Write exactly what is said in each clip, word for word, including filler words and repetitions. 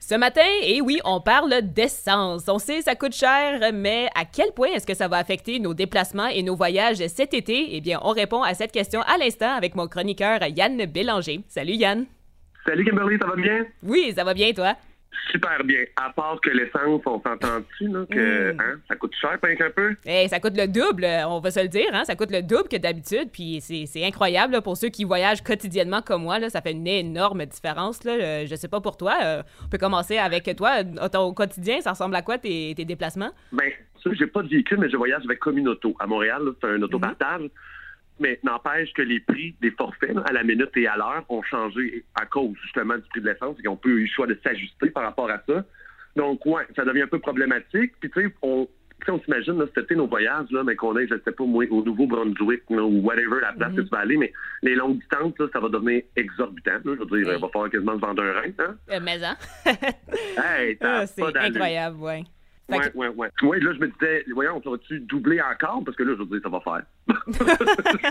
Ce matin, et oui, on parle d'essence. On sait ça coûte cher, mais à quel point est-ce que ça va affecter nos déplacements et nos voyages cet été? Eh bien, on répond à cette question à l'instant avec mon chroniqueur Yann Bélanger. Salut Yann. Salut Kimberly, ça va bien? Oui, ça va bien, toi? Super bien. À part que l'essence, on s'entend-tu, là, que Mm. hein, ça coûte cher, pas un peu? Hey, ça coûte le double, on va se le dire, hein? Ça coûte le double que d'habitude, puis c'est, c'est incroyable là, pour ceux qui voyagent quotidiennement comme moi, là, ça fait une énorme différence. Là. Euh, je sais pas pour toi, euh, on peut commencer avec toi. Ton quotidien, ça ressemble à quoi tes, tes déplacements? Ben, ça, j'ai pas de véhicule, mais je voyage avec Communauto. À Montréal, là, c'est un autopartage. Mm-hmm. Mais n'empêche que les prix des forfaits là, à la minute et à l'heure ont changé à cause justement du prix de l'essence et qu'on peut eu le choix de s'ajuster par rapport à ça. Donc, ouais, ça devient un peu problématique. Puis, tu sais, on, on s'imagine, là, c'était nos voyages, là, mais qu'on ait, je ne sais pas, moi, au Nouveau-Brunswick là, ou whatever, la place mm-hmm. que tu vas aller, mais les longues distances, là, ça va devenir exorbitant. Là, je veux dire, il oui. va falloir quasiment se vendre un rein. Hein? Euh, mais hein? Hey, ah, c'est pas incroyable, oui. Oui, oui, oui. Oui, là, je me disais, voyons, ça va-tu doubler encore? Parce que là, je veux dire, ça va faire.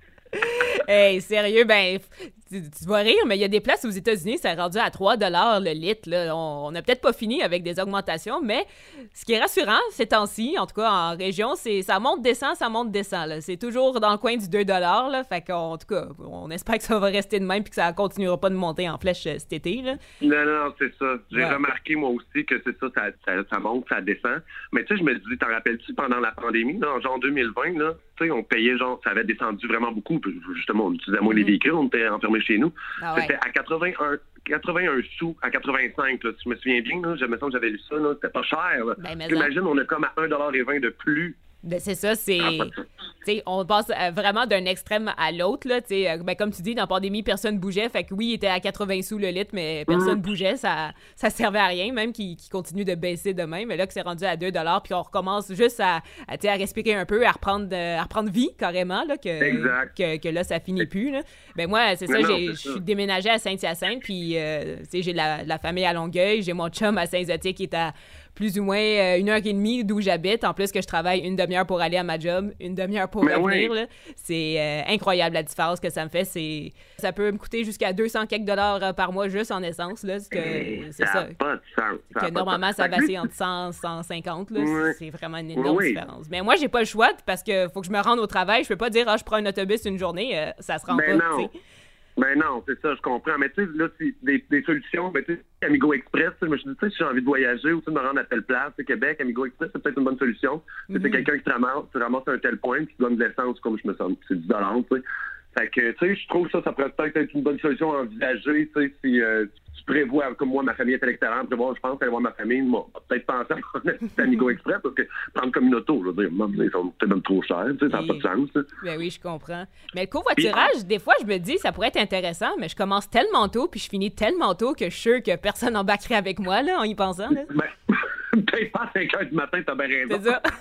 Hey, sérieux, ben, tu, tu vas rire, mais il y a des places aux États-Unis, ça est rendu à trois dollars le litre. Là. On n'a peut-être pas fini avec des augmentations, mais ce qui est rassurant ces temps-ci, en tout cas en région, c'est ça monte, descend, ça monte, descend. Là. C'est toujours dans le coin du deux dollars. Là, fait qu'en tout cas, on espère que ça va rester de même et que ça continuera pas de monter en flèche euh, cet été. Là. Non, non, c'est ça. J'ai ouais. remarqué, moi aussi, que c'est ça, ça, ça, ça monte, ça descend. Mais tu sais, je me dis, t'en rappelles-tu, pendant la pandémie, là, en genre deux mille vingt, là, tu sais, on payait, genre, ça avait descendu vraiment beaucoup. Justement, on utilisait moins mm-hmm. les véhicules, on était enfermés chez nous. Ah ouais. C'était à quatre-vingt-un, quatre-vingt-un sous, à quatre-vingt-cinq, là, si je me souviens bien, là, je me sens que j'avais lu ça, là, c'était pas cher. Là. Ben, J'imagine, on est comme à un dollar vingt de plus. Ben c'est ça, c'est... Ah, t'sais, on passe euh, vraiment d'un extrême à l'autre, là, t'sais, euh, ben, comme tu dis, dans la pandémie, personne bougeait, fait que oui, il était à quatre-vingts sous le litre, mais personne mmh. bougeait, ça, ça servait à rien, même qu'il, qu'il continue de baisser de même, mais là, que c'est rendu à deux dollars, puis on recommence juste à, à, à respirer un peu, à reprendre, à reprendre vie, carrément, là, que, exact. que, que là, ça finit plus, là. Ben moi, c'est ça, non, j'ai, je suis déménagée à Saint-Hyacinthe, puis euh, j'ai la, la famille à Longueuil, j'ai mon chum à Saint-Zotique qui est à plus ou moins euh, une heure et demie d'où j'habite. En plus que je travaille une demi-heure pour aller à ma job, une demi-heure pour Mais revenir. oui. Là. C'est euh, incroyable la différence que ça me fait. C'est... Ça peut me coûter jusqu'à deux cents quelques dollars par mois juste en essence. Là. C'est, que, c'est ça. ça. Pas de sens. Ça que normalement, ça vacille entre cent et cent cinquante. Là. Oui. C'est vraiment une énorme oui. différence. Mais moi, j'ai pas le choix parce qu'il faut que je me rende au travail. Je peux pas dire ah, je prends un autobus une journée. Euh, ça se rend ben pas. Non. Ben non, c'est ça, je comprends. Mais tu sais, là, c'est des, des solutions, ben tu sais, Amigo Express, je me suis dit, tu sais, si j'ai envie de voyager ou de me rendre à telle place, c'est Québec, Amigo Express, c'est peut-être une bonne solution. Mm-hmm. C'est quelqu'un qui te ramasse, tu ramasses à un tel point, puis tu donnes de l'essence, comme je me sens, c'est dix dollars, tu sais. Fait que, tu sais, je trouve ça, ça pourrait peut-être être une bonne solution à envisager, tu sais, si euh, tu prévois, comme moi, ma famille est à l'extérieur, prévoir, je pense, aller voir ma famille, moi, peut-être penser à prendre un petit Amigo Express, parce que prendre comme une auto, je veux dire, ils sont peut-être même trop chers, tu sais, ça n'a pas de sens. T'sais. Ben oui, je comprends. Mais le covoiturage, puis, des fois, je me dis, ça pourrait être intéressant, mais je commence tellement tôt, puis je finis tellement tôt que je suis sûr que personne n'embarquerait avec moi, là, en y pensant, là. Ben, peut-être pas à cinq heures du matin, t'as bien raison. C'est ça.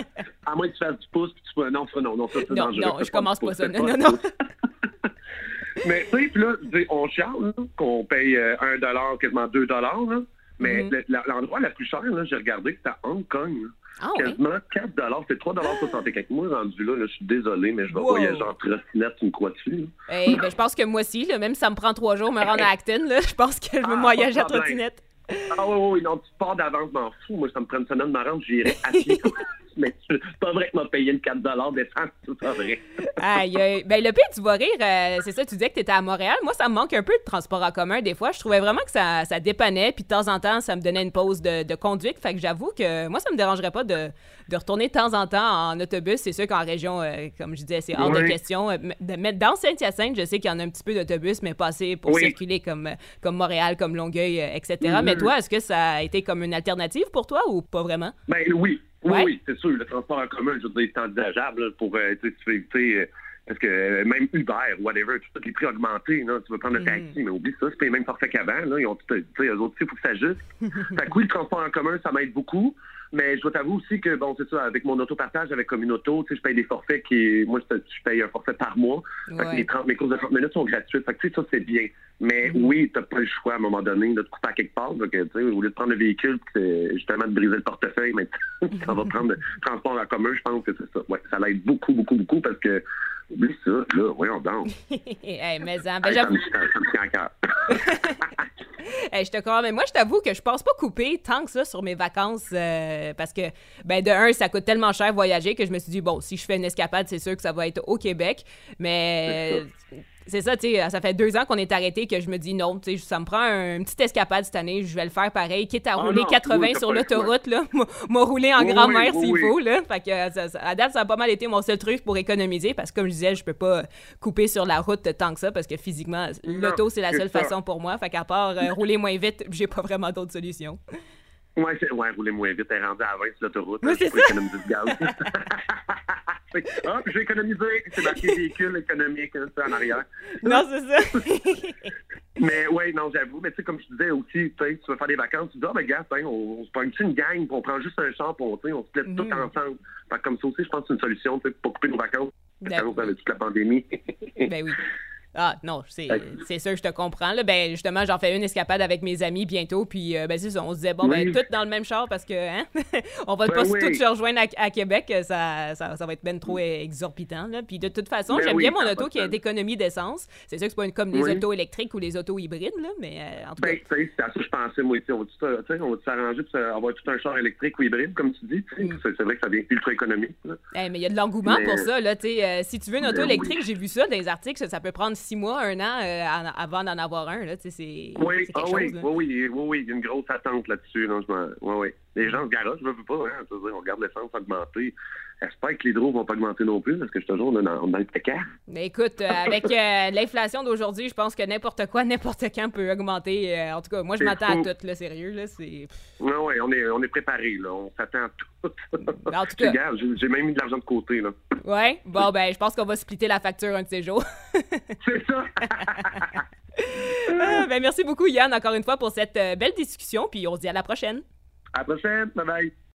À moins que tu fasses du pouce, puis tu peux... Non, ça, non, non, ça, c'est non, dangereux. Non, je commence pas ça, non, pas non, non. Mais tu sais, puis là, on chiale là, qu'on paye euh, un dollar, quasiment deux dollars, là. Mais mm-hmm. le, l'endroit le plus cher, là, j'ai regardé, c'était à Hong Kong. Là. Ah, quasiment oui? quatre dollars, c'est trois dollars soixante-quatre. Moi, rendu là, là, je suis désolé, mais je vais wow. voyager en trottinette, tu me crois dessus? Hey, ben, je pense que moi aussi, là, même si ça me prend trois jours me rendre à Acton, là, je pense que je vais ah, voyager à trottinette. Ah oui, oui, non, tu pars d'avance, m'en fous. Moi, ça me prend une semaine de me rendre, j'irai à pied. Mais c'est pas vrai que m'a payé le quatre dollars d'essence, c'est pas vrai. Aïe, aïe. Ben, le pire, tu vas rire, euh, c'est ça, tu disais que tu étais à Montréal. Moi, ça me manque un peu de transport en commun des fois. Je trouvais vraiment que ça, ça dépannait, puis de temps en temps, ça me donnait une pause de, de conduite. Fait que j'avoue que moi, ça me dérangerait pas de, de retourner de temps en temps en autobus. C'est sûr qu'en région, euh, comme je disais, c'est hors oui. de question. De mettre dans Saint-Hyacinthe, je sais qu'il y en a un petit peu d'autobus, mais pas assez pour oui. circuler comme, comme Montréal, comme Longueuil, et cetera. Mm-hmm. Mais toi, est-ce que ça a été comme une alternative pour toi ou pas vraiment? Ben oui. Oui, ouais? oui, c'est sûr. Le transport en commun, je veux dire, c'est envisageable là, pour, euh, tu sais, tu sais, parce que euh, même Uber, whatever, tous les prix augmentés, là, tu veux prendre le taxi, mm. mais oublie ça, c'est pas les mêmes forfaits qu'avant, là, ils ont tout, tu sais, eux autres, il faut que ça ajuste. Fait que oui, le transport en commun, ça m'aide beaucoup, mais je dois t'avouer aussi que, bon, c'est ça, avec mon autopartage, avec Communauto, tu sais, je paye des forfaits qui, moi, je paye un forfait par mois, fait ouais. que les, trente, mes courses de trente minutes sont gratuites, fait que tu sais, ça, c'est bien. Mais Mm. oui, t'as pas le choix à un moment donné de te couper à quelque part. Donc, tu sais, au lieu de prendre le véhicule, puis justement de briser le portefeuille, mais ça va prendre le transport en commun, je pense que c'est ça. Ouais, ça l'aide beaucoup, beaucoup, beaucoup parce que, oublie ça, là, voyons donc. Hey, mais hein, ben, Hey, ça j'avoue- me ça me tient à cœur. Hey, je te crois, mais moi, je t'avoue que je pense pas couper tant que ça sur mes vacances euh, parce que, ben, de un, ça coûte tellement cher voyager que je me suis dit, bon, si je fais une escapade, c'est sûr que ça va être au Québec. Mais c'est ça, tu sais, ça fait deux ans qu'on est arrêté que je me dis non, tu sais, ça me prend un, une petite escapade cette année, je vais le faire pareil, quitte à Oh rouler non, quatre-vingts oui, t'as sur pas le l'autoroute, là, m'a m'a roulé en Oui, grand-mère oui, s'il oui. faut, là. Fait que, ça, ça- à date, ça a pas mal été mon seul truc pour économiser parce que, comme je disais, je peux pas couper sur la route tant que ça parce que physiquement, l'auto, c'est la c'est seule ça. façon pour moi. Fait qu'à part euh, rouler moins vite, j'ai pas vraiment d'autres solutions. Ouais, c'est, ouais, rouler moins vite, t'es rendu à vingt sur l'autoroute. Oui, hein, c'est pour économiser du gaz. Ah, puis j'ai économisé. C'est marqué véhicule économique, hein, ça, en arrière. Non, c'est ça. Mais ouais, non, j'avoue. Mais tu sais, comme je disais aussi, tu sais, tu vas faire des vacances, tu dis, ah, ben, gars, on, on se pogne une gang, puis on prend juste un char, puis on, tu sais, on se plaide Mhm. tout ensemble. Fait que comme ça aussi, je pense que c'est une solution, tu sais, pour pas couper nos vacances. Ben Quand oui. avec toute la pandémie. Ben oui. Ah, non, c'est c'est sûr, je te comprends. Là. Ben, justement, j'en fais une escapade avec mes amis bientôt, puis euh, ben, c'est ça, on se disait, bon, ben, Oui. tous dans le même char parce que, hein, on va Ben pas oui. tous se rejoindre à, à Québec, ça, ça, ça va être ben trop exorbitant, là. Puis de toute façon, Ben j'aime oui, bien mon ça a auto pas qui a de d'économie d'essence. C'est sûr que c'est pas une- comme les Oui. autos électriques ou les autos hybrides, là, mais euh, en tout cas. Ben, tu sais, c'est à ça que je pensais, moi, tu sais, on va tout, euh, tu sais, on va s'arranger pour avoir tout un char électrique ou hybride, comme tu dis, tu sais. Mm. C'est, c'est vrai que ça devient ultra économique, là. Hey, mais il y a de l'engouement Mais- pour ça, là, tu sais. euh, si tu veux une auto Ben électrique, oui. j'ai vu ça dans les articles, ça, ça peut prendre six mois, un an euh, à- avant d'en avoir un, là, tu sais, c'est Oui, c'est ah quelque oui, chose, là. oui, oui, oui, oui, il y a une grosse attente là-dessus, là, je m'en- oui, oui. Les gens se garagent, je veux pas, hein, je veux dire, on regarde l'essence augmenter. J'espère que les l'hydro vont pas augmenter non plus, parce que je suis toujours dans, dans le précaire. Mais écoute, euh, avec euh, l'inflation d'aujourd'hui, je pense que n'importe quoi, n'importe quand peut augmenter. euh, en tout cas, moi, je C'est m'attends fou. à tout, là, sérieux, là, c'est... Oui, oui, on est, on est préparé, là, on s'attend à tout. En tout Je cas. regarde, j'ai, j'ai même mis de l'argent de côté, là. Ouais? Bon, ben, je pense qu'on va splitter la facture un de ces jours. C'est ça! Ah, ben, merci beaucoup, Yann, encore une fois, pour cette euh, belle discussion, puis on se dit à la prochaine. À la prochaine, bye bye!